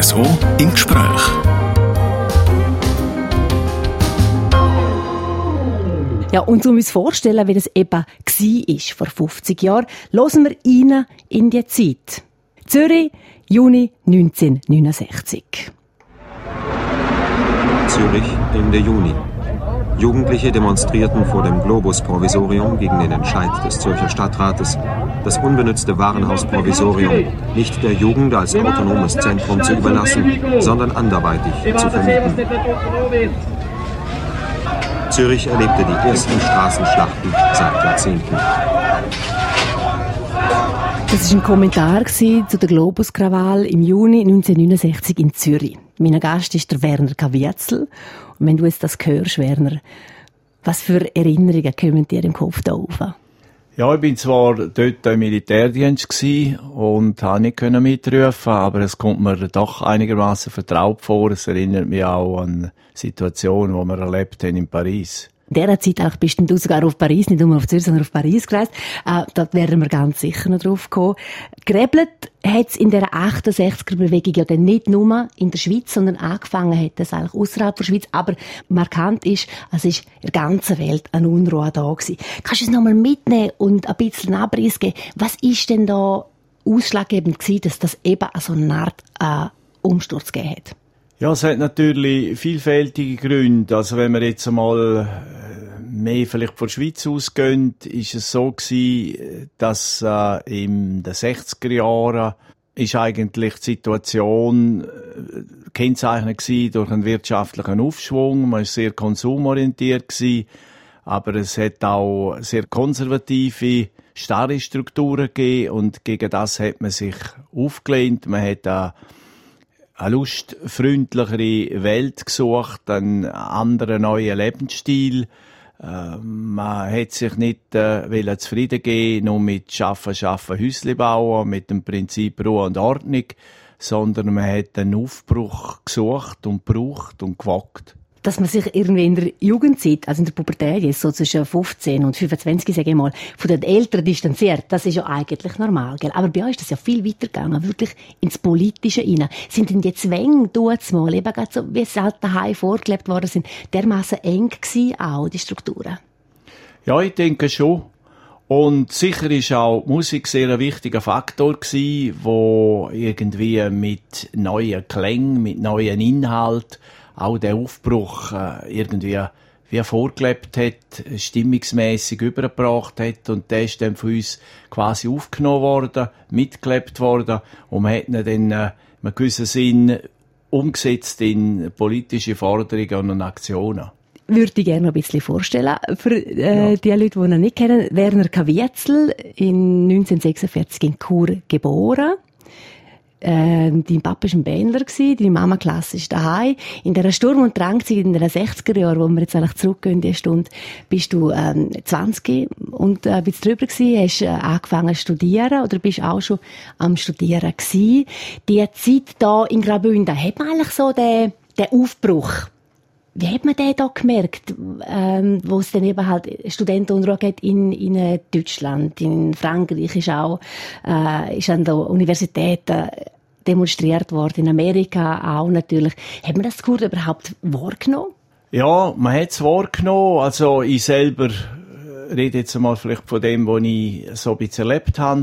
So im Gespräch. Ja, und um uns vorzustellen, wie das eben war vor 50 Jahren, hören wir rein in die Zeit. Zürich, Juni 1969. Zürich, Ende Juni. Jugendliche demonstrierten vor dem Globus-Provisorium gegen den Entscheid des Zürcher Stadtrates, das unbenutzte Warenhaus-Provisorium nicht der Jugend als autonomes Zentrum zu überlassen, sondern anderweitig zu vermieten. Zürich erlebte die ersten Straßenschlachten seit Jahrzehnten. Das war ein Kommentar zu der Globus-Krawall im Juni 1969 in Zürich. Mein Gast ist der Werner Caviezel. Und wenn du jetzt das hörst, Werner, was für Erinnerungen kommen dir im Kopf da auf? Ja, ich bin zwar dort im Militärdienst und habe nicht mitrufen, aber es kommt mir doch einigermaßen vertraut vor. Es erinnert mich auch an Situationen, die wir erlebt haben in Paris. In dieser Zeit bist du sogar auf Paris, nicht nur auf Zürich, sondern auf Paris gereist. Dort werden wir ganz sicher noch drauf kommen. Gerebelt hat es in dieser 68er-Bewegung ja dann nicht nur in der Schweiz, sondern angefangen hat es eigentlich außerhalb der Schweiz. Aber markant ist, es ist in der ganzen Welt eine Unruhe da gewesen. Kannst du es nochmal mitnehmen und ein bisschen Abriss geben? Was ist denn da ausschlaggebend gewesen, dass das eben so eine Art Umsturz gegeben hat? Ja, es hat natürlich vielfältige Gründe. Also wenn wir jetzt einmal mehr vielleicht von der Schweiz ausgehen, ist es so gewesen, dass in den 60er Jahren ist eigentlich die Situation kennzeichnet gewesen durch einen wirtschaftlichen Aufschwung. Man ist sehr konsumorientiert gewesen, aber es hat auch sehr konservative, starre Strukturen gegeben und gegen das hat man sich aufgelehnt. Man hat eine lustfreundlichere Welt gesucht, einen anderen neuen Lebensstil. Man hat sich nicht zufrieden geben, nur mit Schaffen, Häusle bauen, mit dem Prinzip Ruhe und Ordnung, sondern man hat einen Aufbruch gesucht und gebraucht und gewagt. Dass man sich irgendwie in der Jugendzeit, also in der Pubertät, jetzt so zwischen 15 und 25, sage ich mal, von den Eltern distanziert, das ist ja eigentlich normal, gell? Aber bei euch ist das ja viel weiter gegangen, wirklich ins Politische hinein. Sind denn die Zwänge dort mal, eben gerade so, wie es halt daheim vorgelebt worden sind, dermassen eng gewesen auch, die Strukturen? Ja, ich denke schon. Und sicher ist auch Musik sehr ein wichtiger Faktor gewesen, wo irgendwie mit neuen Klängen, mit neuen Inhalten auch der Aufbruch irgendwie wie vorgelebt hat, stimmungsmässig übergebracht hat und der ist dann von uns quasi aufgenommen worden, mitgelebt worden und man hat ihn dann in einem gewissen Sinn umgesetzt in politische Forderungen und Aktionen. Würde ich gerne noch ein bisschen vorstellen für die Leute, die ihn nicht kennen. Werner Caviezel, in 1946 in Chur geboren. Dein Papa war ein Bändler, deine Mama klassisch daheim. In dieser Sturm- und Drangzeit, in den 60er Jahren, wo wir jetzt eigentlich zurückgehen, die Stunde, bist du 20 und ein bisschen drüber gewesen, hast angefangen zu studieren oder bist auch schon am Studieren gewesen. Die Zeit da in Graubünden, hat man eigentlich so den Aufbruch? Wie hat man den da gemerkt, wo es dann eben halt Studentenunruhe gibt in Deutschland, in Frankreich ist auch, ist an der Universität demonstriert worden, in Amerika auch natürlich. Hat man das gut überhaupt wahrgenommen? Ja, man hat es wahrgenommen. Also ich selber rede jetzt einmal vielleicht von dem, was ich so ein bisschen erlebt habe.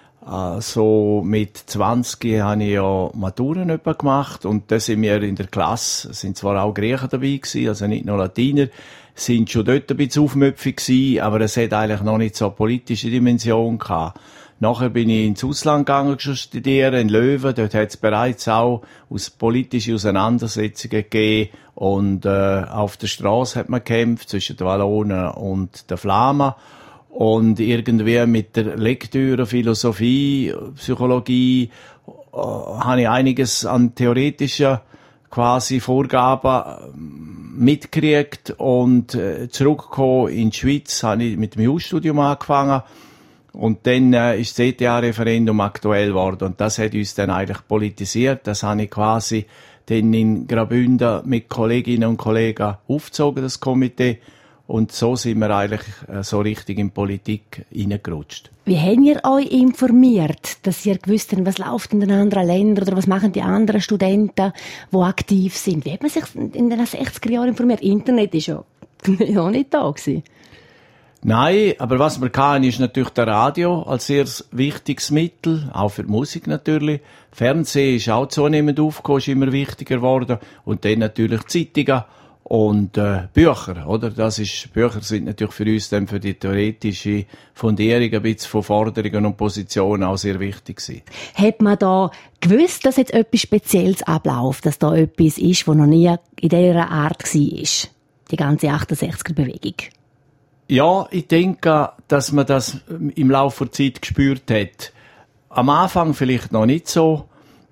So mit 20 habe ich ja Maturen gemacht und da sind wir in der Klasse, sind zwar auch Griechen dabei gewesen, also nicht nur Latiner, sind schon dort ein bisschen aufmüpfig gewesen, aber es hat eigentlich noch nicht so eine politische Dimension gehabt. Nachher bin ich ins Ausland gegangen zu studieren, in Löwen, dort hat es bereits auch politische Auseinandersetzungen gegeben und auf der Straße hat man gekämpft zwischen den Wallonen und den Flamen. Und irgendwie mit der Lektüre, Philosophie, Psychologie, habe ich einiges an theoretischen quasi Vorgaben mitgekriegt und zurückgekommen in die Schweiz, habe ich mit dem Jurastudium angefangen und dann ist das ETH-Referendum aktuell geworden und das hat uns dann eigentlich politisiert. Das habe ich quasi dann in Graubünden mit Kolleginnen und Kollegen aufgezogen, das Komitee. Und so sind wir eigentlich so richtig in Politik reingerutscht. Wie habt ihr euch informiert, dass ihr gewusst habt, was läuft in den anderen Ländern oder was machen die anderen Studenten, die aktiv sind? Wie hat man sich in den 60er Jahren informiert? Internet ist ja noch nicht da gewesen. Nein, aber was wir hatten, ist natürlich der Radio als sehr wichtiges Mittel, auch für die Musik natürlich. Fernsehen ist auch zunehmend aufgekommen, ist immer wichtiger geworden. Und dann natürlich Zeitungen und Bücher, oder? Bücher sind natürlich für uns dann für die theoretische Fundierung ein bisschen von Forderungen und Positionen auch sehr wichtig gewesen. Hat man da gewusst, dass jetzt etwas Spezielles abläuft, dass da etwas ist, was noch nie in dieser Art war? Die ganze 68er-Bewegung. Ja, ich denke, dass man das im Laufe der Zeit gespürt hat. Am Anfang vielleicht noch nicht so,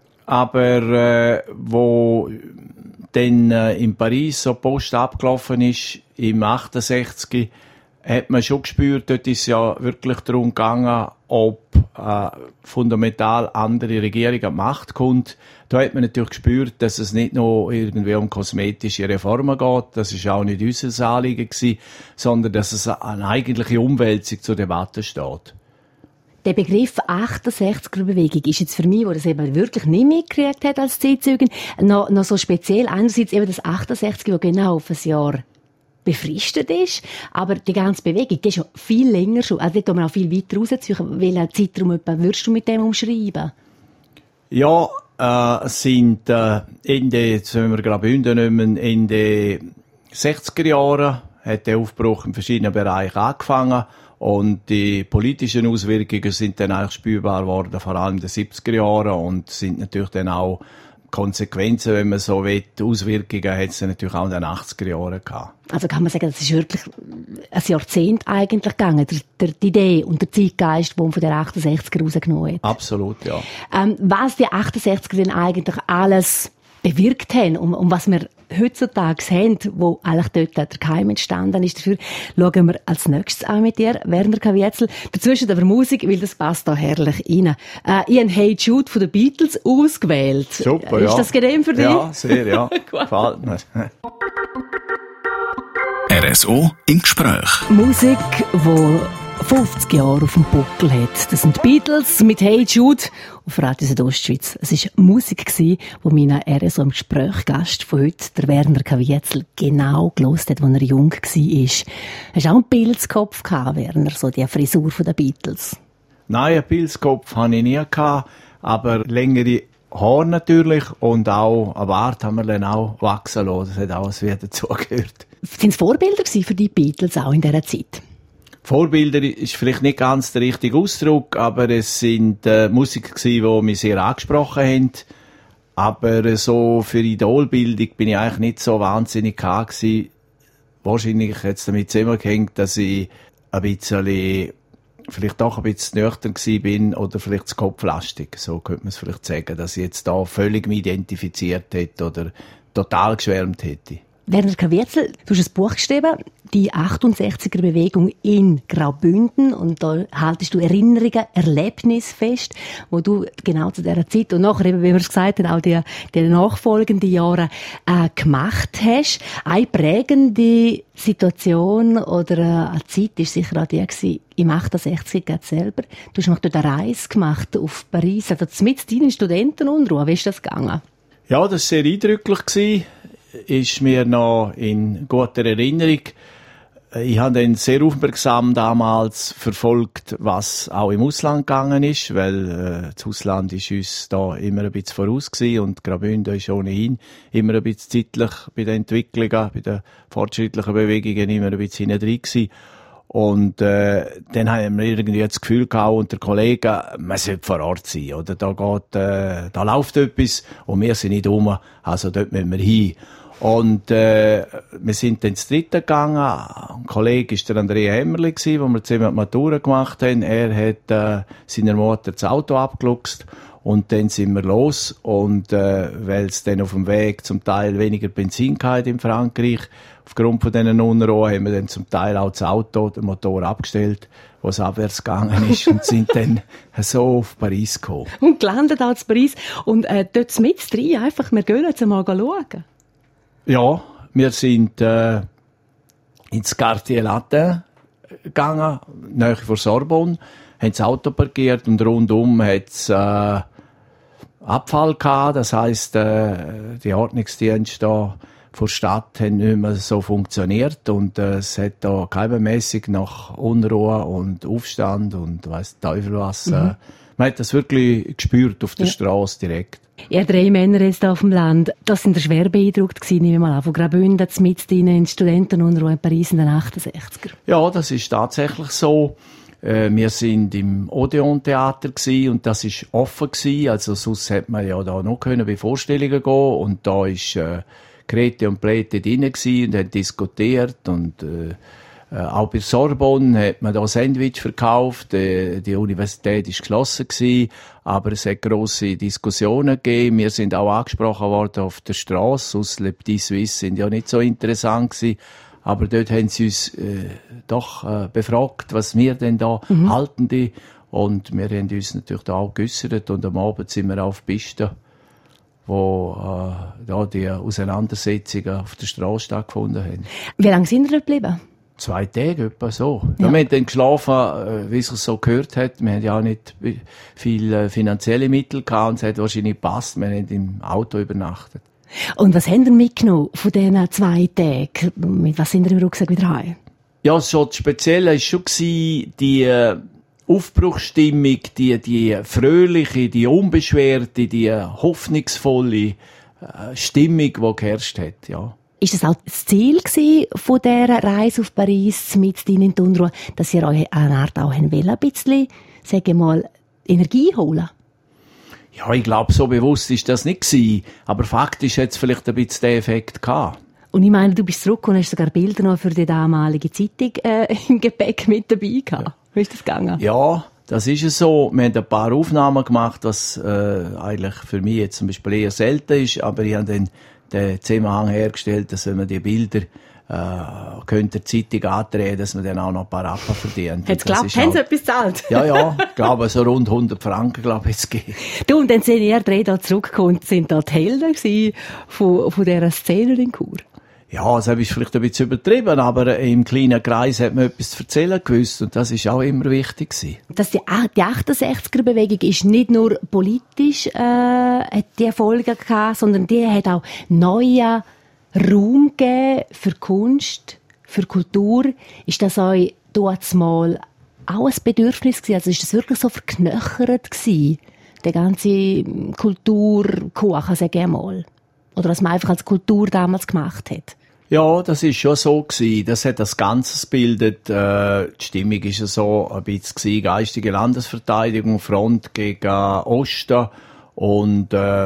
aber wo dann in Paris so die Post abgelaufen ist, im 68, hat man schon gespürt, dort ist ja wirklich darum gegangen, ob fundamental andere Regierung an die Macht kommt. Da hat man natürlich gespürt, dass es nicht nur irgendwie um kosmetische Reformen geht, das ist auch nicht unser Anliegen gewesen, sondern dass es eine eigentliche Umwälzung zur Debatte steht. Der Begriff 68er-Bewegung ist jetzt für mich, der das eben wirklich nicht mitgekriegt hat als Zeitzeugin, noch so speziell. Einerseits eben das 68, das genau auf ein Jahr befristet ist, aber die ganze Bewegung, die ist schon viel länger schon, also dort kann man auch viel weiter rausziehen. Welchen Zeitraum würdest du mit dem umschreiben? Ja, es sind Ende, jetzt wenn wir Graubünden nehmen, Ende 60er Jahre hat der Aufbruch in verschiedenen Bereichen angefangen und die politischen Auswirkungen sind dann eigentlich spürbar geworden, vor allem in den 70er Jahren und sind natürlich dann auch Konsequenzen, wenn man so will, Auswirkungen hat es natürlich auch in den 80er Jahren gehabt. Also kann man sagen, das ist wirklich ein Jahrzehnt eigentlich gegangen, die Idee und der Zeitgeist, den man von der 68er rausgenommen hat. Absolut, ja. Was die 68er denn eigentlich alles bewirkt haben und was wir heutzutage haben, wo eigentlich dort der Keim entstanden ist, dafür schauen wir als nächstes auch mit dir, Werner Caviezel. Dazwischen aber Musik, weil das passt da herrlich rein. Ich habe Hey Jude von den Beatles ausgewählt. Super, ist das genehm für dich? Ja, sehr, ja. Gefällt mir. RSO im Gespräch. Musik, die 50 Jahre auf dem Buckel hat. Das sind die Beatles mit Hey Jude auf Radio Südostschweiz. Es war Musik, die mein RSO im Gespräch Gast von heute, der Werner Caviezel, genau gehört hat, als er jung war. Hast du auch einen Pilzkopf gehabt, Werner, so die Frisur der Beatles? Nein, einen Pilzkopf hatte ich nie gehabt, aber längere Haare natürlich und auch ein Bart haben wir dann auch wachsen lassen. Das hat alles wieder dazugehört. Sind es Vorbilder für die Beatles auch in dieser Zeit? Vorbilder ist vielleicht nicht ganz der richtige Ausdruck, aber es sind Musiker gewesen, die mich sehr angesprochen haben. Aber so für Idolbildung bin ich eigentlich nicht so wahnsinnig gewesen. Wahrscheinlich hat es damit zusammengehängt, dass ich ein bisschen, vielleicht doch ein bisschen nüchtern gewesen bin oder vielleicht zu kopflastig. So könnte man es vielleicht sagen, dass ich jetzt da völlig mich identifiziert hätte oder total geschwärmt hätte. Werner Caviezel, du hast ein Buch geschrieben, die 68er-Bewegung in Graubünden, und da haltest du Erinnerungen, Erlebnisse fest, wo du genau zu dieser Zeit und nachher, eben, wie wir es gesagt haben, auch die nachfolgenden Jahre gemacht hast. Eine prägende Situation oder eine Zeit war sicher auch die gewesen, im 68 selber. Du hast noch dort eine Reise gemacht auf Paris, also mit deinen Studentenunruhe. Wie ist das gegangen? Ja, das war sehr eindrücklich gewesen. Ist mir noch in guter Erinnerung. Ich habe dann sehr aufmerksam damals verfolgt, was auch im Ausland gegangen ist, weil das Ausland ist uns da immer ein bisschen voraus gewesen und Graubünden ist ohnehin immer ein bisschen zeitlich bei den Entwicklungen, bei den fortschrittlichen Bewegungen immer ein bisschen hinten drin gewesen. Und dann haben wir irgendwie das Gefühl gehabt unter Kollegen, man sollte vor Ort sein, oder? Da läuft etwas und wir sind nicht rum, also dort müssen wir hin. Und wir sind dann zu dritten gegangen. Ein Kollege war der Andrea Hemmerli, wo wir zusammen die Matura gemacht haben. Er hat seiner Mutter das Auto abgeluchst. Und dann sind wir los. Und weil es dann auf dem Weg zum Teil weniger Benzin hatte in Frankreich, aufgrund von diesen Unruhen, haben wir dann zum Teil auch das Auto, den Motor abgestellt, wo es abwärts gegangen ist, und sind dann so auf Paris gekommen. Und gelandet auch in Paris. Und dort mit rein, einfach, wir gehen jetzt mal schauen. Ja, wir sind ins Quartier Latin gegangen, nahe vor Sorbonne, haben das Auto parkiert und rundum hat es Abfall gehabt. Das heisst, die Ordnungsdienste da vor der Stadt haben nicht mehr so funktioniert und es hat da keimenmässig nach Unruhe und Aufstand und weiss Teufel was. Man hat das wirklich gespürt auf der Straße direkt. Ihr 3 Männer jetzt auf dem Land, das sind schwer beeindruckt gewesen, nehme ich mal an, von Graubünden mit in Studentenunruhe in Paris in den 68er. Ja, das ist tatsächlich so. Wir sind im Odeon-Theater gsi und das ist offen gsi. Also sonst hätte man ja da noch können bei Vorstellungen gehen und da ist Grete und Plete drin gsi und haben diskutiert und auch bei Sorbonne hat man da Sandwich verkauft. Die Universität ist geschlossen gsi, aber es hat grosse Diskussionen gegeben. Wir sind auch angesprochen worden auf der Straße. Aus Le Petit Suisse sind ja nicht so interessant gsi. Aber dort haben sie uns doch befragt, was wir denn da halten. Und wir haben uns natürlich da auch geäussert. Und am Abend sind wir auf Piste, wo da die Auseinandersetzungen auf der Straße stattgefunden haben. Wie lange sind ihr dort geblieben? 2 Tage, etwa so. Ja. Wir haben dann geschlafen, wie es so gehört hat. Wir haben ja auch nicht viel finanzielle Mittel gehabt und es hat wahrscheinlich gepasst. Wir haben im Auto übernachtet. Und was habt ihr mitgenommen von diesen 2 Tagen? Mit was sind ihr im Rucksack wieder heim? Ja, so das Spezielle war schon die Aufbruchsstimmung, die fröhliche, die unbeschwerte, die hoffnungsvolle Stimmung, die geherrscht hat, ja. Ist das auch das Ziel von dieser Reise auf Paris mit in die Unruhe, dass ihr euch eine Art auch ein bisschen, sagen wir mal, Energie holen? Ja, ich glaube, so bewusst ist das nicht gewesen. Aber faktisch hat es vielleicht ein bisschen den Effekt gehabt. Und ich meine, du bist zurück und hast sogar Bilder noch für die damalige Zeitung im Gepäck mit dabei gehabt. Ja. Wie ist das gegangen? Ja, das ist es so. Wir haben ein paar Aufnahmen gemacht, was eigentlich für mich jetzt zum Beispiel eher selten ist. Aber ich habe dann den Zusammenhang hergestellt, dass wenn man die Bilder könnte die Zeitung andrehen, dass man dann auch noch ein paar Rappen verdient. Hat es geklappt? Haben Sie etwas gezahlt? Ja, ich glaube, so rund 100 Franken, glaube ich, es geht. Du, und dann sind ihr 3 da zurückgekommen, sind da die Helden von dieser Szene in Chur? Ja, das ist vielleicht ein bisschen übertrieben, aber im kleinen Kreis hat man etwas zu erzählen gewusst und das ist auch immer wichtig gewesen. Dass die 68er-Bewegung ist nicht nur politisch hat die Erfolge gehabt, sondern die hat auch neue Raum gegeben für Kunst, für Kultur. Ist das euch dort mal auch ein Bedürfnis gewesen? Also ist das wirklich so verknöchert gewesen, der ganze Kulturkuchen, sage ich mal? Oder was man einfach als Kultur damals gemacht hat? Ja, das ist schon so gewesen. Das hat das Ganze gebildet. Die Stimmung ist ja so ein bisschen gewesen. Geistige Landesverteidigung, Front gegen Osten und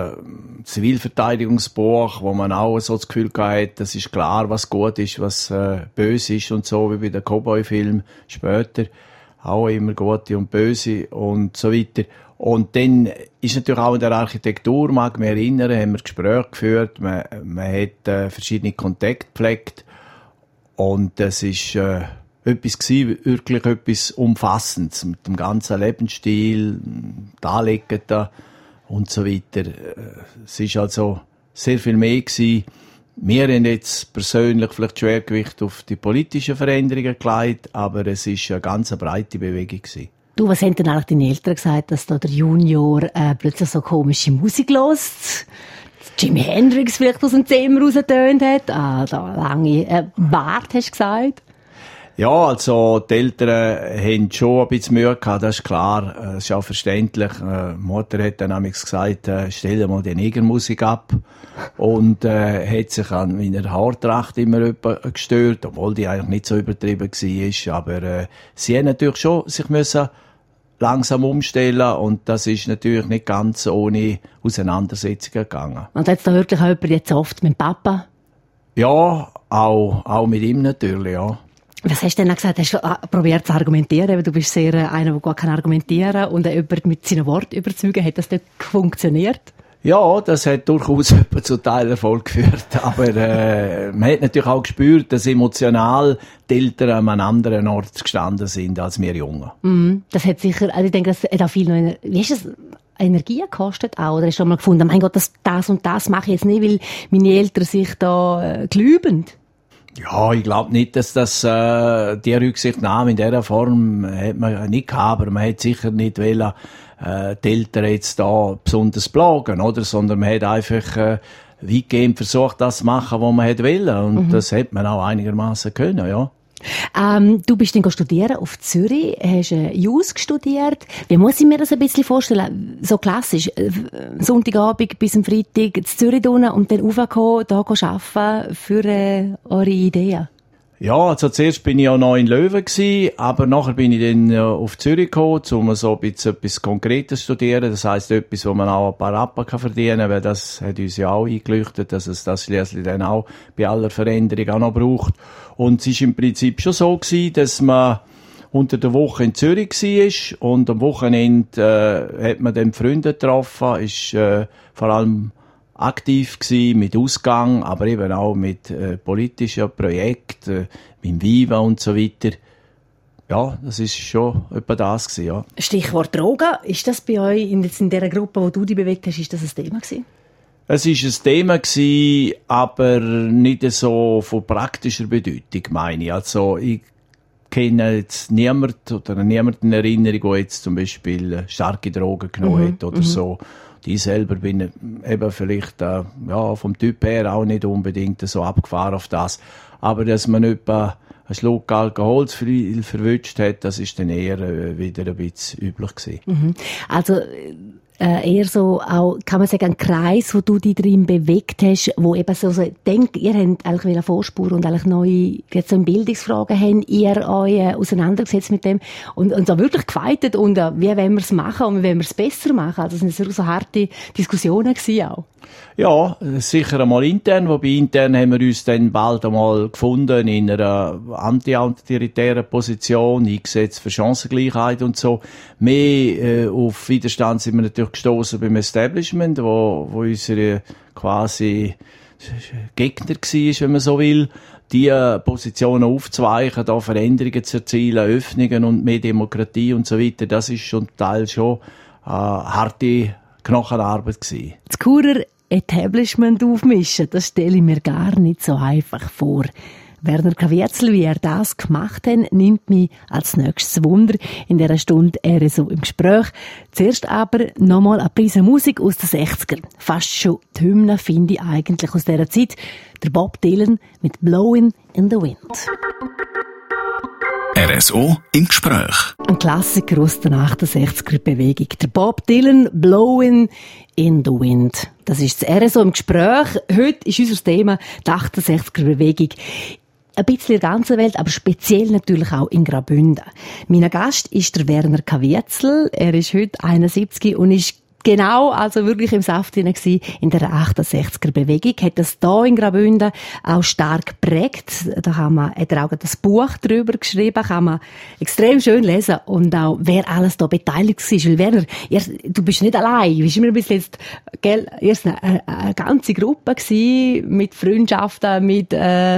Zivilverteidigungsbuch, wo man auch so das Gefühl hatte, das ist klar, was gut ist, was böse ist und so, wie bei den Cowboy-Filmen später. Auch immer Gute und Böse und so weiter. Und dann ist natürlich auch in der Architektur, mag ich mich erinnern, haben wir Gespräche geführt, man hat verschiedene Kontakte gepflegt und das ist etwas gewesen, wirklich etwas Umfassendes mit dem ganzen Lebensstil, die Anliegen und so weiter. Es ist also sehr viel mehr gewesen. Wir haben jetzt persönlich vielleicht Schwergewicht auf die politischen Veränderungen gelegt, aber es ist eine ganz breite Bewegung gewesen. Du, was haben denn eigentlich deine Eltern gesagt, dass da der Junior plötzlich so komische Musik hört? Jimi Hendrix vielleicht aus dem Zimmer rausgetönt hat? Da lange Bart, hast du gesagt? Ja, also die Eltern haben schon ein bisschen Mühe gehabt, das ist klar, das ist auch verständlich. Die Mutter hat dann nämlich gesagt, stell mal die Negermusik ab und hat sich an meiner Haartracht immer gestört, obwohl die eigentlich nicht so übertrieben war, aber sie haben natürlich schon sich müssen langsam umstellen und das ist natürlich nicht ganz ohne Auseinandersetzungen gegangen. Und hat es da wirklich auch jemand jetzt oft mit dem Papa? Ja, auch mit ihm natürlich, ja. Was hast du denn gesagt? Hast du probiert zu argumentieren? Du bist sehr einer, der gar argumentieren kann und jemand mit seinen Worten überzeugen. Hat das dort funktioniert? Ja, das hat durchaus zu Teil Erfolg geführt. Aber man hat natürlich auch gespürt, dass emotional die Eltern an einem anderen Ort gestanden sind als wir Jungen. Das hat sicher, also ich denke, das hat auch viel noch, wie ist das, Energie gekostet auch? Oder hast du schon mal gefunden, mein Gott, das und das mache ich jetzt nicht, weil meine Eltern sich da glüben? Ja, ich glaube nicht, dass das die Rücksichtnahme in dieser Form hat man nicht gehabt, aber man hat sicher nicht wollen, die Eltern jetzt da besonders plagen, oder? Sondern man hat einfach weitgehend versucht, das zu machen, was man wollte. Und das hat man auch einigermaßen können, ja. Du bist dann studieren auf Zürich, hast Jus studiert. Wie muss ich mir das ein bisschen vorstellen? So klassisch, Sonntagabend bis am Freitag in Zürich unten und dann raufgekommen, da arbeiten für eure Ideen? Ja, also zuerst bin ich auch noch in Löwen gewesen, aber nachher bin ich dann auf Zürich gekommen, um so ein bisschen etwas Konkretes zu studieren. Das heisst, etwas, wo man auch ein paar Rappen verdienen kann, weil das hat uns ja auch eingeleuchtet, dass es das schliesslich dann auch bei aller Veränderung auch noch braucht. Und es ist im Prinzip schon so gewesen, dass man unter der Woche in Zürich war und am Wochenende hat man dann Freunde getroffen, ist vor allem aktiv gewesen mit Ausgang, aber eben auch mit politischen Projekten, mit Viva und so weiter. Ja, das ist schon etwa das gewesen, ja. Stichwort Drogen. Ist das bei euch in dieser Gruppe, wo du dich bewegt hast, ist das ein Thema gewesen? Es ist ein Thema gewesen, aber nicht so von praktischer Bedeutung, meine ich. Also, ich kenne jetzt niemanden in Erinnerung, der jetzt zum Beispiel starke Drogen genommen hat oder so. Ich selber bin eben vielleicht vom Typ her auch nicht unbedingt so abgefahren auf das. Aber dass man etwa einen Schluck Alkohol zu viel verwünscht hat, das ist dann eher wieder ein bisschen üblich gewesen. Also eher so auch, kann man sagen, ein Kreis, wo du dich drin bewegt hast, wo eben so denkt, ihr habt eigentlich eine Vorspur und eigentlich neue, jetzt so in Bildungsfragen habt ihr euch auseinandergesetzt mit dem und so wirklich gefeitet und wie wollen wir es machen und wie wollen wir es besser machen. Also es sind so harte Diskussionen gewesen auch. Ja, sicher einmal intern, wobei intern haben wir uns dann bald einmal gefunden in einer anti-autoritären Position, eingesetzt für Chancengleichheit und so. Mehr auf Widerstand sind wir natürlich gestoßen beim Establishment, wo unsere quasi Gegner war, wenn man so will, die Positionen aufzuweichen, da Veränderungen zu erzielen, Öffnungen und mehr Demokratie und so weiter. Das ist zum Teil schon harte Knochenarbeit gewesen. Das Churer Establishment aufmischen, das stelle ich mir gar nicht so einfach vor. Werner Caviezel, wie er das gemacht hat, nimmt mich als nächstes Wunder in dieser Stunde RSO im Gespräch. Zuerst aber nochmal eine Prise Musik aus den 60ern. Fast schon die Hymne finde ich eigentlich aus dieser Zeit. Der Bob Dylan mit Blowin' in the Wind. RSO im Gespräch. Ein Klassiker aus der 68er-Bewegung. Der Bob Dylan, Blowin' in the Wind. Das ist das RSO im Gespräch. Heute ist unser Thema die 68er-Bewegung. Ein bisschen in der ganzen Welt, aber speziell natürlich auch in Graubünden. Mein Gast ist der Werner Caviezel. Er ist heute 71 und ist genau, also wirklich im Saft drin gewesen, in der 68er-Bewegung. Hat das da in Graubünden auch stark geprägt. Da hat er auch das Buch darüber geschrieben, kann man extrem schön lesen. Und auch, wer alles da beteiligt war. Weil Werner, du bist nicht allein. Du bist immer bis jetzt, erst eine ganze Gruppe gewesen, mit Freundschaften, mit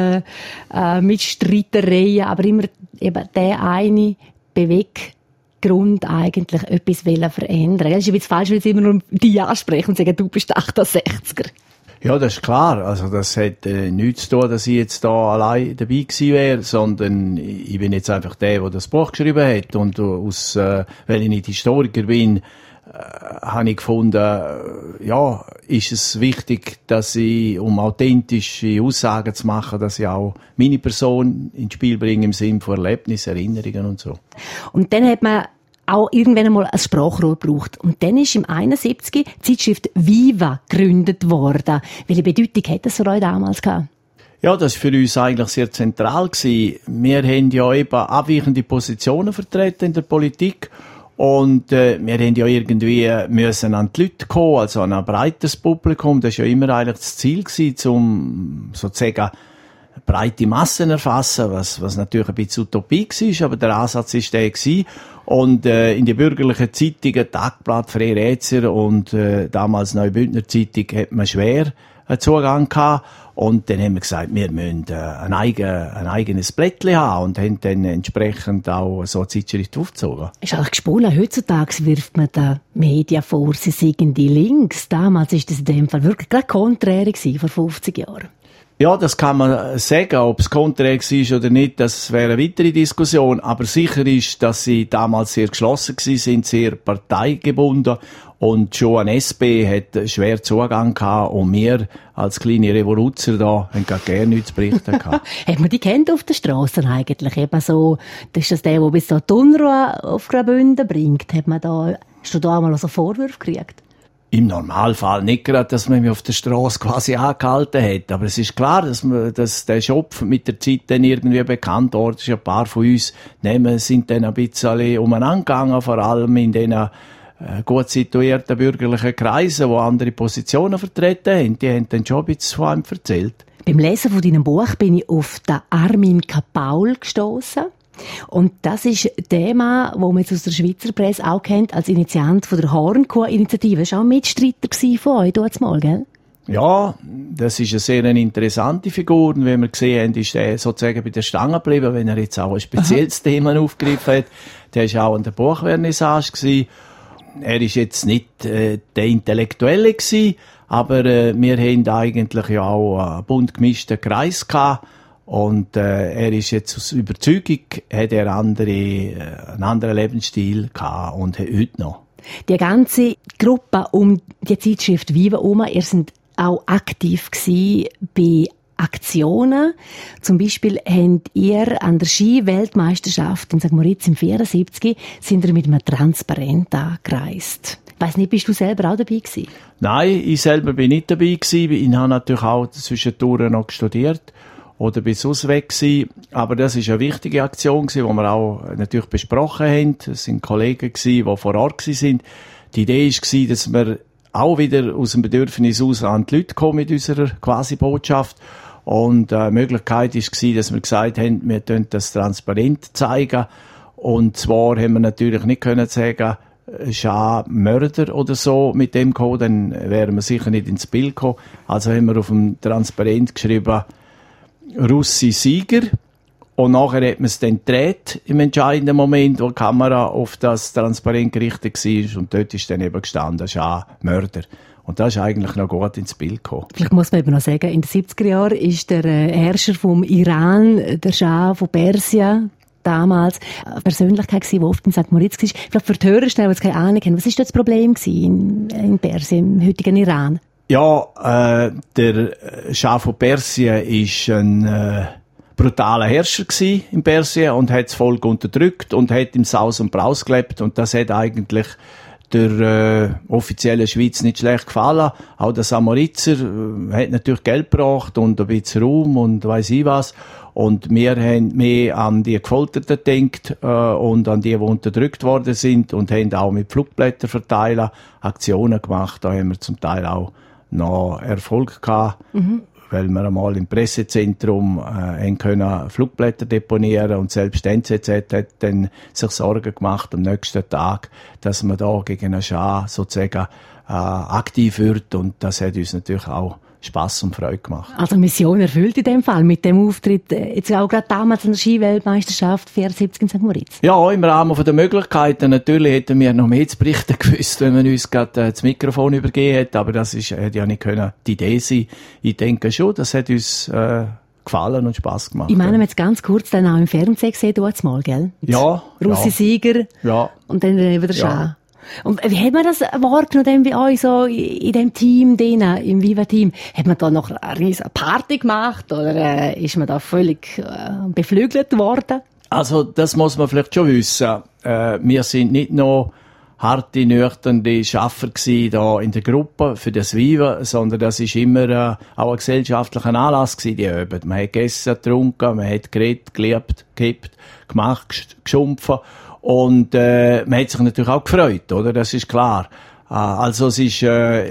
Streitereien, aber immer eben der eine Beweggrund eigentlich etwas verändern. Es ist ein bisschen falsch, wenn sie immer nur die ansprechen und sagen, du bist 68er. Ja, das ist klar. Also das hat nichts zu tun, dass ich jetzt da allein dabei gewesen wäre, sondern ich bin jetzt einfach der das Buch geschrieben hat. Und weil ich nicht Historiker bin, habe ich gefunden, ja, ist es wichtig, dass ich, um authentische Aussagen zu machen, dass ich auch meine Person ins Spiel bringe im Sinne von Erlebnissen, Erinnerungen und so. Und dann hat man auch irgendwann einmal ein Sprachrohr gebraucht. Und dann ist im 71 die Zeitschrift Viva gegründet worden. Welche Bedeutung hat das für euch damals gehabt? Ja, das war für uns eigentlich sehr zentral gewesen. Wir haben ja eben abweichende Positionen vertreten in der Politik. Und wir haben ja irgendwie müssen an die Leute kommen, also an ein breiteres Publikum. Das war ja immer eigentlich das Ziel gewesen, um sozusagen breite Massen erfassen, was natürlich ein bisschen Utopie war, aber der Ansatz war der gewesen. Und in die bürgerlichen Zeitungen, Tagblatt, Freie Rätser und damals Neue Bündner Zeitung, hat man schwer Zugang gehabt. Und dann haben wir gesagt, wir müssen ein eigenes Blättchen haben und haben dann entsprechend auch so eine Zeitschrift aufgezogen. Ist eigentlich gesponnen. Heutzutage wirft man den Medien vor, sie seien die links. Damals war das in dem Fall wirklich gerade konträr gewesen, vor 50 Jahren. Ja, das kann man sagen. Ob es Contarex ist oder nicht, das wäre eine weitere Diskussion. Aber sicher ist, dass sie damals sehr geschlossen sind, sehr parteigebunden. Und schon an SP hat schwer Zugang gehabt. Und wir als kleine Revoluzer da haben gar gerne nichts zu berichten gehabt. Hat man die kennt auf den Strassen eigentlich? Eben so, das ist der bis da die Unruhe auf Graubünden bringt. Hast du da auch mal so Vorwürfe gekriegt? Im Normalfall nicht gerade, dass man mich auf der Straße quasi angehalten hat. Aber es ist klar, dass der Schopf mit der Zeit dann irgendwie bekannt wurde. Ein paar von uns sind dann ein bisschen umeinander gegangen, vor allem in den gut situierten bürgerlichen Kreisen, die andere Positionen vertreten haben. Die haben dann schon ein bisschen von einem erzählt. Beim Lesen von deinem Buch bin ich auf den Armin Kapaul gestossen. Und das ist ein Thema, das man jetzt aus der Schweizer Presse auch kennt, als Initiant von der Hornkuh-Initiative. Das war auch ein Mitstreiter von euch, damals mal, gell? Ja, das ist eine sehr interessante Figur. Und wie wir gesehen haben, ist er sozusagen bei der Stange geblieben, wenn er jetzt auch ein spezielles Thema aufgegriffen hat. Der war auch an der Buchvernissage gewesen. Er ist jetzt nicht der Intellektuelle gewesen, aber wir haben eigentlich ja auch einen bunt gemischten Kreis gehabt. Und er ist jetzt aus Überzeugung, hat er einen anderen Lebensstil gehabt und hat heute noch. Die ganze Gruppe um die Zeitschrift Viva herum, ihr seid auch aktiv gewesen bei Aktionen. Zum Beispiel habt ihr an der Ski-Weltmeisterschaft in St. Moritz im 74 sind ihr mit einem Transparent angereist. Ich weiss nicht, bist du selber auch dabei gewesen? Nein, ich selber bin nicht dabei gewesen. Ich habe natürlich auch zwischendurch noch studiert. Oder bis weg gewesen. Aber das ist eine wichtige Aktion gewesen, die wir auch natürlich besprochen haben. Es sind Kollegen gewesen, die vor Ort sind. Die Idee war, dass wir auch wieder aus dem Bedürfnis aus an die Leute kommen mit unserer quasi Botschaft. Und die Möglichkeit war, dass wir gesagt haben, wir können das transparent zeigen. Und zwar haben wir natürlich nicht können sagen, Mörder oder so mit dem Code, dann wären wir sicher nicht ins Bild gekommen. Also haben wir auf dem Transparent geschrieben, Russi Sieger. Und nachher hat man es dann gedreht im entscheidenden Moment, wo die Kamera auf das Transparent gerichtet war. Und dort ist dann eben gestanden, Mörder. Und das ist eigentlich noch gut ins Bild gekommen. Vielleicht muss man eben noch sagen, in den 70er Jahren ist der Herrscher vom Iran, der Schah von Persien, damals eine Persönlichkeit gewesen, die oft in St. Moritz war. Vielleicht für die Hörer schnell, die keine Ahnung haben, was war das Problem in Persien, im heutigen Iran? Ja, der Schah von Persien ist ein brutaler Herrscher gewesen in Persien und hat das Volk unterdrückt und hat im Saus und Braus gelebt. Und das hat eigentlich der offiziellen Schweiz nicht schlecht gefallen. Auch der Samoritzer hat natürlich Geld gebracht und ein bisschen Ruhm und weiss ich was. Und wir haben mehr an die Gefolterten gedacht und an die unterdrückt worden sind und haben auch mit Flugblättern verteilen Aktionen gemacht. Da haben wir zum Teil auch noch Erfolg gehabt, weil wir einmal im Pressezentrum können Flugblätter deponieren und selbst die NZZ hat dann sich Sorgen gemacht am nächsten Tag, dass man da gegen einen Schah sozusagen aktiv wird, und das hat uns natürlich auch Spass und Freude gemacht. Also Mission erfüllt in dem Fall mit dem Auftritt, jetzt auch gerade damals an der Ski-Weltmeisterschaft 74 in St. Moritz. Ja, im Rahmen der Möglichkeiten. Natürlich hätten wir noch mehr zu berichten gewusst, wenn man uns gerade das Mikrofon übergeben hätte, aber das hätte ja nicht können die Idee sein. Ich denke schon, das hat uns gefallen und Spass gemacht. Ich meine, wir haben jetzt ganz kurz dann auch im Fernsehen gesehen, du hast mal, gell? Ja. Russi Sieger. Ja. Und dann eben der Schah. Ja. Und wie hat man das wahrgenommen, bei euch so in dem Team, im Viva-Team? Hat man da noch eine riesige Party gemacht oder ist man da völlig beflügelt worden? Also das muss man vielleicht schon wissen. Wir sind nicht noch harte, nüchterne Schaffer gewesen, da in der Gruppe für das Viva, sondern das ist immer auch ein gesellschaftlicher Anlass gewesen, die Abend. Man hat gegessen, getrunken, man hat geredet, geliebt, gekippt, gemacht, geschumpfen. Und man hat sich natürlich auch gefreut, oder? Das ist klar. Also es ist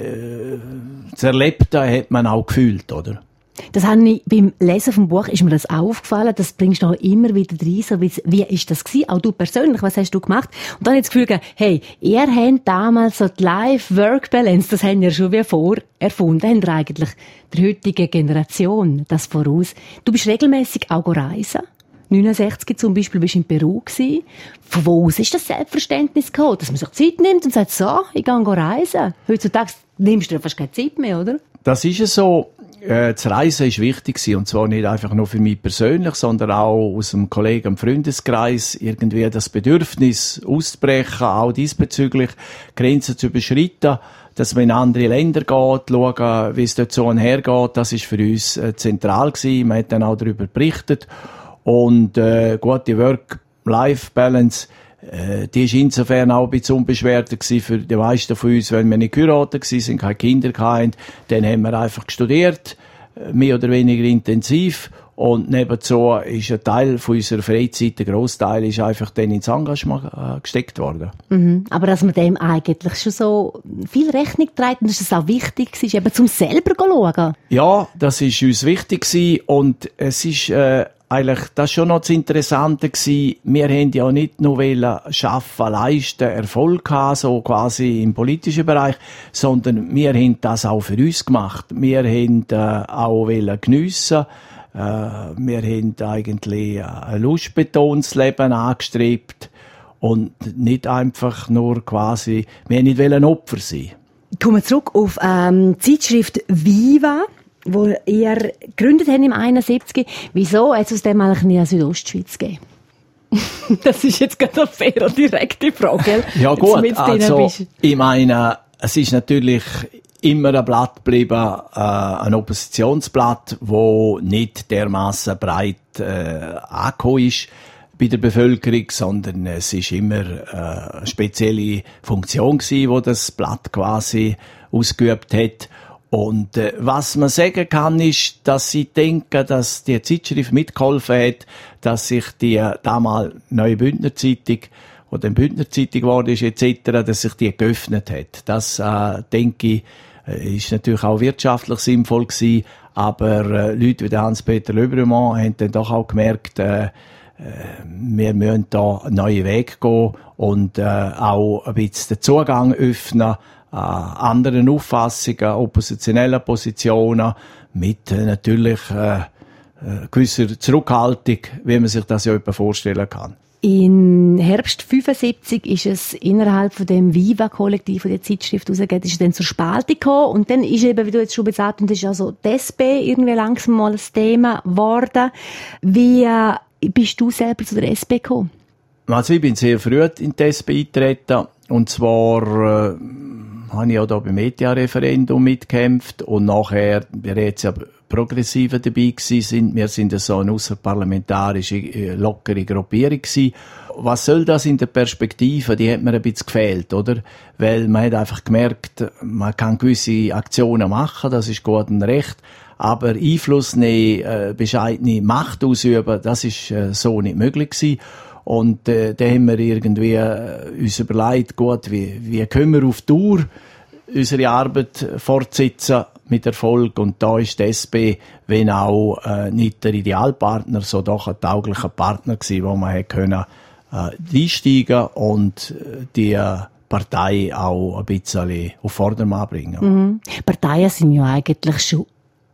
das Erlebte hat man auch gefühlt, oder? Das habe ich beim Lesen vom Buch ist mir das aufgefallen. Das bringst du auch immer wieder rein. So wie ist das gewesen? Auch du persönlich, was hast du gemacht? Und dann habe ich das Gefühl gehabt, hey, ihr habt damals so die Life-Work-Balance, das haben ihr schon wie vor erfunden, habt ihr eigentlich der heutigen Generation das voraus. Du bist regelmässig auch reisen. 1969 zum Beispiel bist du in Peru gewesen. Von wo aus ist das Selbstverständnis gekommen, dass man sich Zeit nimmt und sagt, so, ich gehe reisen? Heutzutage nimmst du fast keine Zeit mehr, oder? Das ist es so. das Reisen ist wichtig gewesen, und zwar nicht einfach nur für mich persönlich, sondern auch aus dem Kollegen- und Freundeskreis irgendwie das Bedürfnis auszubrechen, auch diesbezüglich Grenzen zu überschreiten, dass man in andere Länder geht, schauen, wie es dort so hergeht, das ist für uns zentral gewesen. Man hat dann auch darüber berichtet. Und gute Work-Life-Balance, die ist insofern auch ein bisschen unbeschwerter gewesen für die meisten von uns, wenn wir nicht geheiratet gewesen sind, keine Kinder hatten, dann haben wir einfach studiert, mehr oder weniger intensiv, und nebenzu ist ein Teil von unserer Freizeit, der Grossteil, ist einfach dann ins Engagement gesteckt worden. Mhm. Aber dass man dem eigentlich schon so viel Rechnung trägt und dass es auch wichtig ist, eben zum selber schauen. Ja, das ist uns wichtig gewesen, und es ist eigentlich das schon noch das Interessante gewesen. Wir haben ja nicht nur schaffen, leisten, Erfolg haben, so quasi im politischen Bereich, sondern wir haben das auch für uns gemacht. Wir haben auch geniessen. Wir haben eigentlich ein lustbetontes Leben angestrebt und nicht einfach nur quasi, wir nicht ein Opfer sein. Kommen wir zurück auf die Zeitschrift Viva, wo ihr gegründet habt im 71. Wieso hat es aus dem eigentlich nie eine Südostschweiz gegeben? Das ist jetzt gerade eine fair und direkte Frage, gell? Ja gut, also ich meine, es ist natürlich immer ein Blatt geblieben, ein Oppositionsblatt, wo nicht dermassen breit angekommen ist bei der Bevölkerung, sondern es ist immer eine spezielle Funktion gewesen, wo das Blatt quasi ausgeübt hat. Und was man sagen kann, ist, dass ich denke, dass die Zeitschrift mitgeholfen hat, dass sich die damals neue Bündner Zeitung oder Bündner Zeitung geworden ist etc., dass sich die geöffnet hat. Das, denke ich, ist natürlich auch wirtschaftlich sinnvoll gewesen, aber Leute wie der Hans-Peter Löbrümann haben dann doch auch gemerkt, wir müssen da einen neuen Weg gehen und auch ein bisschen den Zugang öffnen, anderen Auffassungen, oppositionellen Positionen, mit natürlich gewisser Zurückhaltung, wie man sich das ja etwa vorstellen kann. Im Herbst 75 ist es innerhalb von dem Viva-Kollektiv, von der Zeitschrift rausgeht, ist es dann zur Spaltung gekommen. Und dann ist eben, wie du jetzt schon gesagt hast, ist also die SP irgendwie langsam mal ein Thema geworden. Wie bist du selber zu der SP gekommen? Also ich bin sehr früh in die SP eingetreten. Und zwar habe ich auch da beim ETH-Referendum mitgekämpft. Und nachher, wir jetzt ja Progressive dabei gewesen sind. Wir sind so eine ausserparlamentarische, lockere Gruppierung gewesen. Was soll das in der Perspektive? Die hat mir ein bisschen gefehlt, oder? Weil man hat einfach gemerkt, man kann gewisse Aktionen machen, das ist gut und recht. Aber Einfluss nehmen, bescheidene Macht ausüben, das ist so nicht möglich gewesen. Und da haben wir irgendwie uns überlegt, gut, wie können wir auf Dauer unsere Arbeit fortsetzen mit Erfolg, und da ist die SP, wenn auch nicht der Idealpartner, so doch ein tauglicher Partner gewesen, wo man hätte können einsteigen und die Partei auch ein bisschen auf Vordermann bringen. Mhm. Parteien sind ja eigentlich schon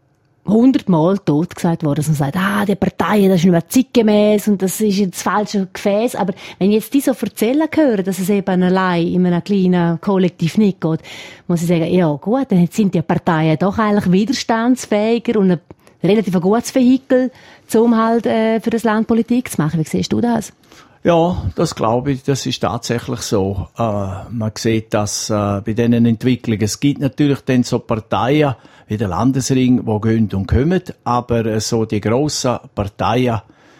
100-mal tot gesagt worden, dass man sagt, die Parteien, das ist nicht mehr zeitgemäß und das ist jetzt falsches Gefäß. Aber wenn ich jetzt die so erzählen höre, dass es eben allein in einem kleinen Kollektiv nicht geht, muss ich sagen, ja gut, dann sind die Parteien doch eigentlich widerstandsfähiger und ein relativ gutes Vehikel, um halt für das Land Politik zu machen. Wie siehst du das? Ja, das glaube ich, das ist tatsächlich so. Man sieht das bei diesen Entwicklungen. Es gibt natürlich dann so Parteien wie der Landesring, die gehen und kommen, aber so die grossen Parteien,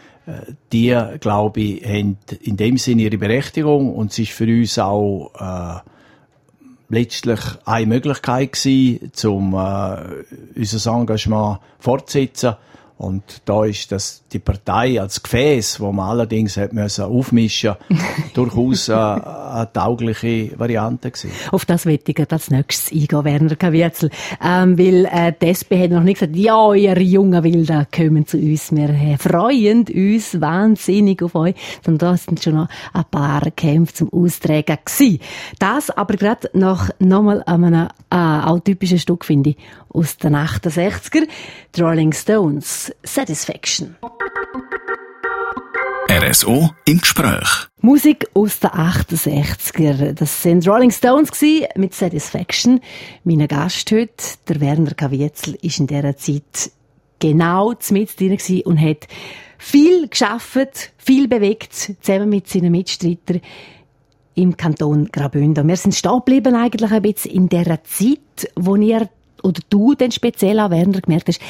die, glaube ich, haben in dem Sinne ihre Berechtigung, und es ist für uns auch letztlich eine Möglichkeit gewesen, um unser Engagement fortzusetzen. Und da ist das die Partei als Gefäß, wo man allerdings hat müssen aufmischen, durchaus eine taugliche Variante gewesen. Auf das möchte ich als nächstes eingehen, Werner Caviezel. Weil die SP hat noch nicht gesagt, ja, ihr jungen Wilden kommen zu uns. Wir freuen uns wahnsinnig auf euch. Und da sind schon noch ein paar Kämpfe zum Austragen gewesen. Das aber gerade nach nochmal einem auch typischen Stück, finde ich, aus den 68er, die Rolling Stones, Satisfaction. RSO im Gespräch. Musik aus den 68er. Das sind Rolling Stones mit Satisfaction. Mein Gast heute, der Werner Caviezel, ist in dieser Zeit genau mit drin und hat viel geschafft, viel bewegt, zusammen mit seinen Mitstreitern im Kanton Graubünden. Wir sind stehen geblieben eigentlich ein bisschen in dieser Zeit, wo ihr oder du dann speziell auch, Werner, gemerkt hast,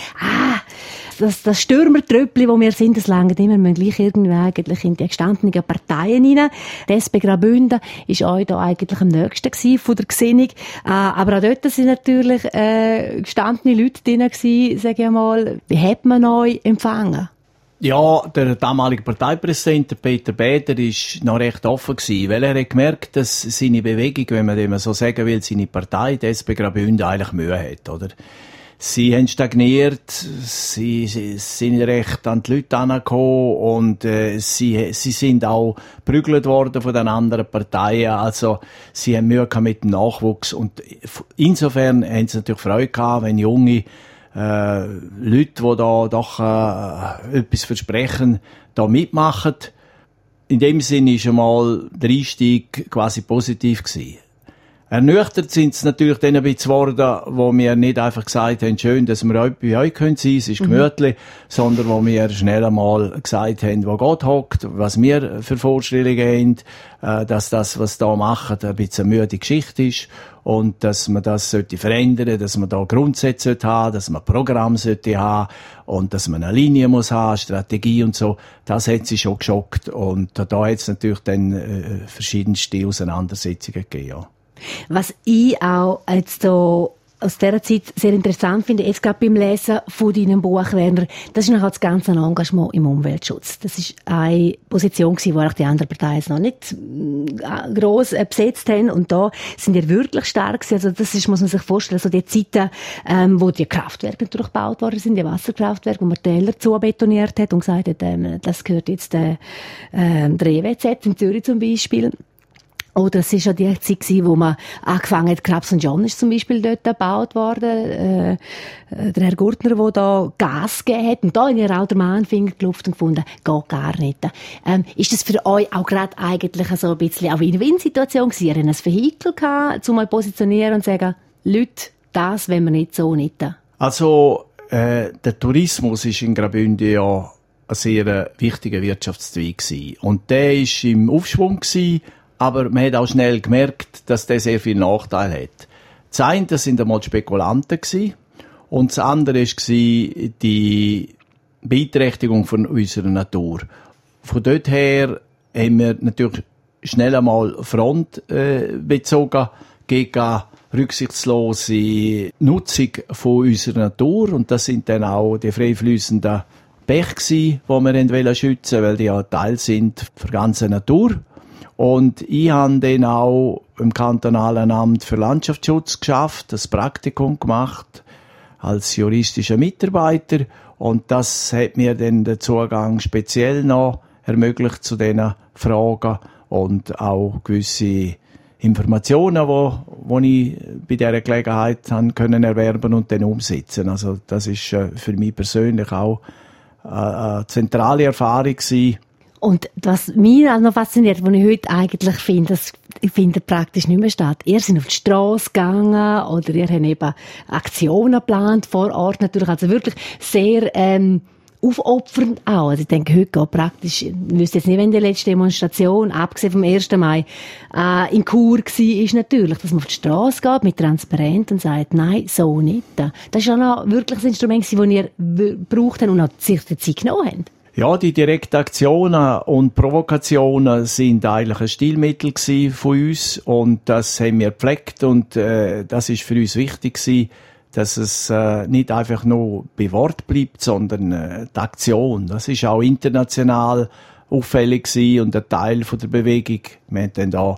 das Stürmertröppli, wo wir sind, das lange immer, wir müssen gleich irgendwie eigentlich in die gestandenen Parteien rein. Die SP Graubünden ist euch da eigentlich am nächsten gewesen von der Gesinnung. Aber auch dort sind natürlich gestandene Leute drin gewesen, sage ich mal. Wie hat man euch empfangen? Ja, der damalige Parteipräsident, Peter Bäder, ist noch recht offen gewesen, weil er hat gemerkt, dass seine Bewegung, wenn man dem so sagen will, seine Partei, die SP Graubünden, eigentlich Mühe hat, oder? Sie haben stagniert, sie sind recht an die Leute herangekommen und sie sind auch geprügelt worden von den anderen Parteien. Also sie haben Mühe mit dem Nachwuchs und insofern haben sie natürlich Freude gehabt, wenn junge Leute, die da doch etwas versprechen, da mitmachen. In dem Sinne ist einmal der Einstieg quasi positiv gewesen. Ernüchtert sind es natürlich dann ein bisschen geworden, wo wir nicht einfach gesagt haben, schön, dass wir heute bei euch sein können, es ist gemütlich, sondern wo wir schnell einmal gesagt haben, wo Gott hockt, was wir für Vorstellungen haben, dass das, was da machen, ein bisschen eine müde Geschichte ist und dass man das sollte verändern, dass man da Grundsätze haben, dass man Programm sollte haben und dass man eine Linie muss haben, Strategie und so. Das hat sie schon geschockt und da hat es natürlich dann verschiedenste Auseinandersetzungen gegeben, ja. Was ich auch jetzt so aus dieser Zeit sehr interessant finde, jetzt gerade beim Lesen von deinem Buch, Werner, das ist nachher das ganze Engagement im Umweltschutz. Das ist eine Position gewesen, wo auch die anderen Parteien jetzt noch nicht gross besetzt haben. Und da sind ihr wirklich stark gewesen. Also das ist, muss man sich vorstellen, so die Zeiten, wo die Kraftwerke natürlich gebaut worden sind, die Wasserkraftwerke, wo man Täler zubetoniert hat und gesagt hat, das gehört jetzt der EWZ in Zürich zum Beispiel. Oder es war ja die Zeit, wo man angefangen hat, Krabs und John ist zum Beispiel dort gebaut worden. Der Herr Gurtner, der da Gas gegeben hat und da in ihr alter Mannfinger gelupft und gefunden, geht gar nicht. Ist das für euch auch gerade eigentlich so ein bisschen eine Win-Win-Situation gewesen? Ihr habt ein Vehikel gehabt, um mal positionieren und sagen, Leute, das wollen wir nicht so nicht. Also, der Tourismus ist in Graubünden ja ein sehr wichtiger Wirtschaftszweig gewesen. Und der ist im Aufschwung gewesen. Aber man hat auch schnell gemerkt, dass der sehr viel Nachteile hat. Das eine, das sind einmal Spekulanten gewesen. Und das andere war die Beeinträchtigung von unserer Natur. Von dort her haben wir natürlich schnell einmal Front bezogen gegen rücksichtslose Nutzung von unserer Natur. Und das sind dann auch die frei fließenden Bäche gewesen, die wir schützen wollten, weil die ja Teil sind für die ganze Natur. Und ich habe dann auch im kantonalen Amt für Landschaftsschutz geschafft, das Praktikum gemacht als juristischer Mitarbeiter. Und das hat mir dann den Zugang speziell noch ermöglicht zu diesen Fragen und auch gewisse Informationen, die ich bei dieser Gelegenheit können erwerben und dann umsetzen. Also das ist für mich persönlich auch eine zentrale Erfahrung gewesen. Und was mich auch noch fasziniert, was ich heute eigentlich finde, das findet praktisch nicht mehr statt. Ihr seid auf die Strasse gegangen oder ihr habt eben Aktionen geplant vor Ort natürlich. Also wirklich sehr aufopfernd auch. Also ich denke, heute geht praktisch, ich wüsste jetzt nicht, wenn die letzte Demonstration, abgesehen vom 1. Mai, in Chur war, ist natürlich, dass man auf die Strasse geht mit Transparent und sagt, nein, so nicht. Das ist ja noch wirklich ein Instrument, das ihr gebraucht habt und auch sich die Zeit genommen habt. Ja, die direkten Aktionen und Provokationen sind eigentlich ein Stilmittel von uns und das haben wir gepflegt und das ist für uns wichtig gewesen, dass es nicht einfach nur bei Wort bleibt, sondern die Aktion. Das ist auch international auffällig gewesen und ein Teil von der Bewegung. Wir haben dann da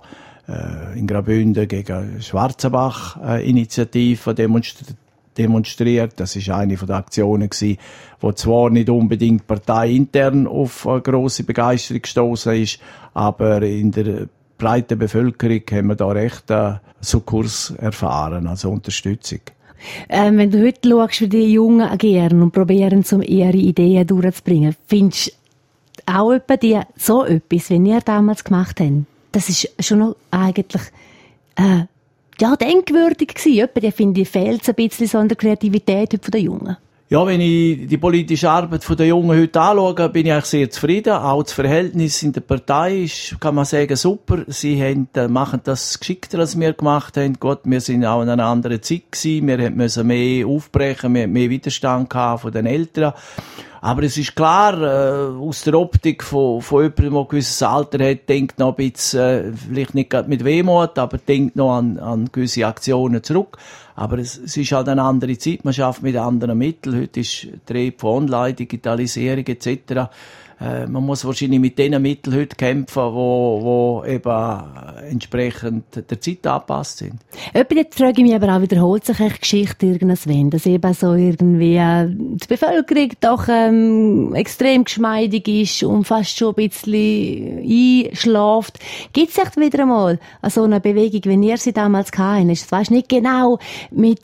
in Graubünden gegen Schwarzenbach-Initiative demonstriert. Das ist eine von den Aktionen gewesen, wo zwar nicht unbedingt parteiintern auf eine grosse Begeisterung gestoßen ist, aber in der breiten Bevölkerung haben wir da recht Sukkurs erfahren, also Unterstützung. Wenn du heute schaust, wie die Jungen agieren und probieren, ihre Ideen durchzubringen, findest auch so etwas, wie ihr damals gemacht habt, das ist schon noch eigentlich denkwürdig gewesen. Die finde ich, fehlt ein bisschen so an der Kreativität von den Jungen. Ja, wenn ich die politische Arbeit der Jungen heute anschaue, bin ich eigentlich sehr zufrieden. Auch das Verhältnis in der Partei ist, kann man sagen, super. Sie machen das geschickter, als wir gemacht haben. Gut, wir sind auch in einer anderen Zeit gewesen. Wir müssen mehr aufbrechen, mehr Widerstand gehabt von den Eltern. Aber es ist klar, aus der Optik von jemandem, der ein gewisses Alter hat, denkt noch ein bisschen, vielleicht nicht gerade mit Wehmut, aber denkt noch an gewisse Aktionen zurück. Aber es ist halt eine andere Zeit, man schafft mit anderen Mitteln. Heute ist der Trieb von Online, Digitalisierung etc. Man muss wahrscheinlich mit den Mitteln heute kämpfen, wo eben entsprechend der Zeit angepasst sind. Jetzt frage ich mich aber auch, wiederholt sich die Geschichte irgendwann, dass eben so irgendwie die Bevölkerung doch extrem geschmeidig ist und fast schon ein bisschen einschläft. Gibt es echt wieder einmal so eine Bewegung, wie ihr sie damals hatten? Das weisst nicht genau mit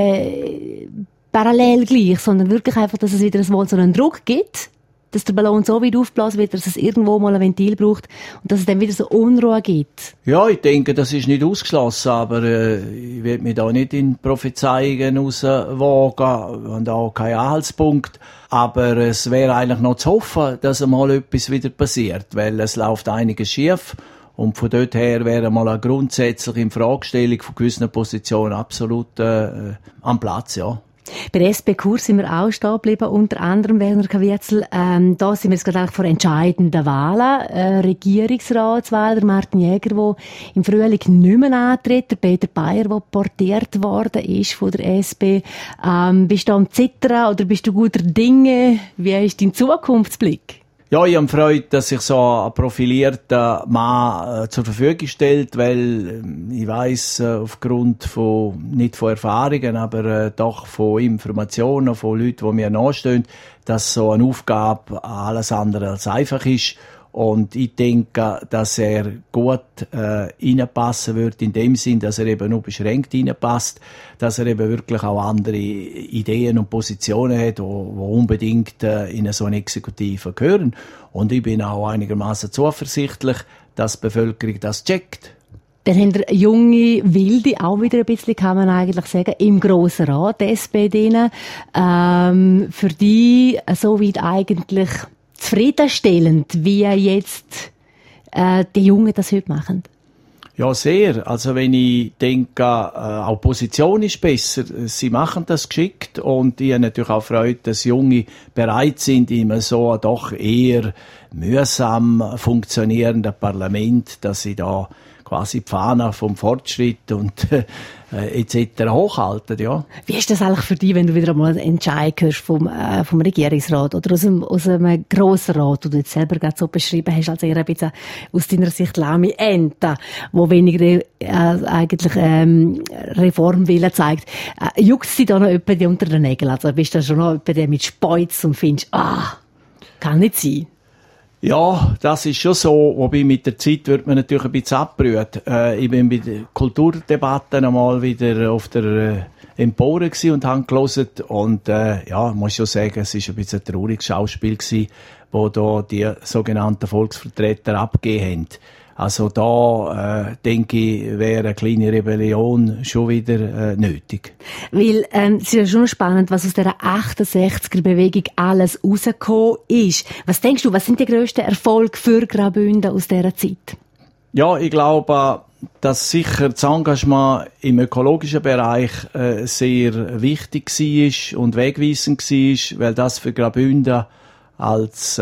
parallel gleich, sondern wirklich einfach, dass es wieder mal so einen Druck gibt, dass der Ballon so weit aufgeblasen wird, dass es irgendwo mal ein Ventil braucht und dass es dann wieder so Unruhe gibt. Ja, ich denke, das ist nicht ausgeschlossen, aber ich will mich da nicht in Prophezeiungen rauswagen und auch keinen Anhaltspunkt. Aber es wäre eigentlich noch zu hoffen, dass einmal etwas wieder passiert, weil es läuft einiges schief. Und von dort her wäre mal eine grundsätzliche Infragestellung von gewissen Positionen absolut am Platz, ja. Bei der SP-Kurs sind wir auch stehen geblieben, unter anderem Werner Caviezel. Da sind wir jetzt gerade vor entscheidenden Wahlen. Regierungsratswahl, der Martin Jäger, der im Frühling nicht mehr antritt, der Peter Bayer, der portiert worden ist von der SP. Bist du am Zittern oder bist du guter Dinge? Wie ist dein Zukunftsblick? Ja, ich habe Freude, dass sich so ein profilierter Mann zur Verfügung stellt, weil ich weiss, aufgrund von, nicht von Erfahrungen, aber doch von Informationen von Leuten, die mir nachstehen, dass so eine Aufgabe alles andere als einfach ist. Und ich denke, dass er gut reinpassen wird, in dem Sinn, dass er eben nur beschränkt reinpasst, dass er eben wirklich auch andere Ideen und Positionen hat, die unbedingt in so eine Exekutive gehören. Und ich bin auch einigermaßen zuversichtlich, dass die Bevölkerung das checkt. Dann haben wir junge Wilde auch wieder ein bisschen, kann man eigentlich sagen, im Grossen Rat, die SPD. Für die soweit eigentlich zufriedenstellend, wie jetzt die Jungen das heute machen? Ja, sehr. Also wenn ich denke, auch Position ist besser. Sie machen das geschickt und ich habe natürlich auch Freude, dass Junge bereit sind, in so doch eher mühsam funktionierenden Parlament, dass sie da quasi die Fahne vom Fortschritt und etc. hochhalten, ja. Wie ist das eigentlich für dich, wenn du wieder einmal einen Entscheid hörst vom Regierungsrat oder aus einem Grossen Rat, den du jetzt selber gerade so beschrieben hast, als eher ein bisschen aus deiner Sicht lahme Ente, wo weniger eigentlich Reformwillen zeigt. Juckt es dich da noch jemand unter den Nägeln? Also bist du da schon noch jemand, der mit Speuz und findest, kann nicht sein? Ja, das ist schon so, wobei mit der Zeit wird man natürlich ein bisschen abgerührt. Ich bin bei der Kulturdebatte einmal wieder auf der Empore gsi und habe gelesen und ja, muss schon sagen, es ist ein bisschen ein trauriges Schauspiel gsi, wo da die sogenannten Volksvertreter abgegeben haben. Also da, denke ich, wäre eine kleine Rebellion schon wieder nötig. Weil es ist ja schon spannend, was aus dieser 68er-Bewegung alles rausgekommen ist. Was denkst du, was sind die grössten Erfolge für Graubünden aus dieser Zeit? Ja, ich glaube, dass sicher das Engagement im ökologischen Bereich sehr wichtig war und wegweisend war, weil das für Graubünden als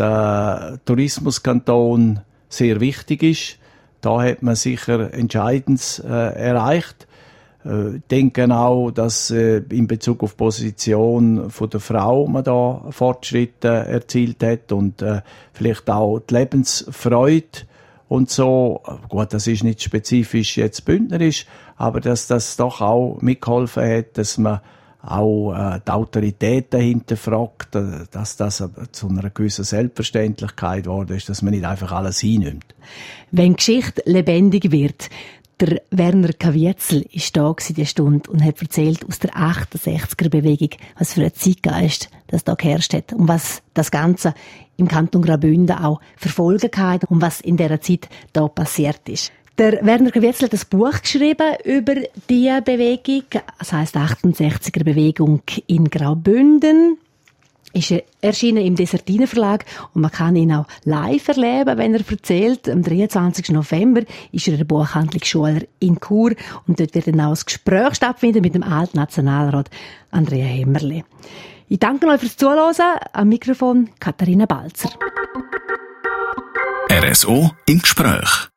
Tourismuskanton sehr wichtig ist. Da hat man sicher Entscheidendes erreicht. Ich denke auch, dass in Bezug auf die Position von der Frau man da Fortschritte erzielt hat und vielleicht auch die Lebensfreude und so. Gut, das ist nicht spezifisch jetzt bündnerisch, aber dass das doch auch mitgeholfen hat, dass man auch die Autorität dahinter fragt, dass das zu einer gewissen Selbstverständlichkeit geworden ist, dass man nicht einfach alles hinnimmt. Wenn Geschichte lebendig wird, Der Werner Caviezel war da diese Stunde und hat erzählt aus der 68er-Bewegung, was für ein Zeitgeist das da geherrscht hat und was das Ganze im Kanton Graubünden auch verfolgen kann und was in dieser Zeit da passiert ist. Der Werner Caviezel hat ein Buch geschrieben über diese Bewegung, das heisst 68er-Bewegung in Graubünden. Ist erschienen im Dessertiner Verlag und man kann ihn auch live erleben, wenn er erzählt. Am 23. November ist er in der Buchhandlung Schuler in Chur und dort wird dann auch ein Gespräch stattfinden mit dem alten Nationalrat Andrea Hemmerle. Ich danke euch fürs Zuhören. Am Mikrofon Katharina Balzer. RSO im Gespräch.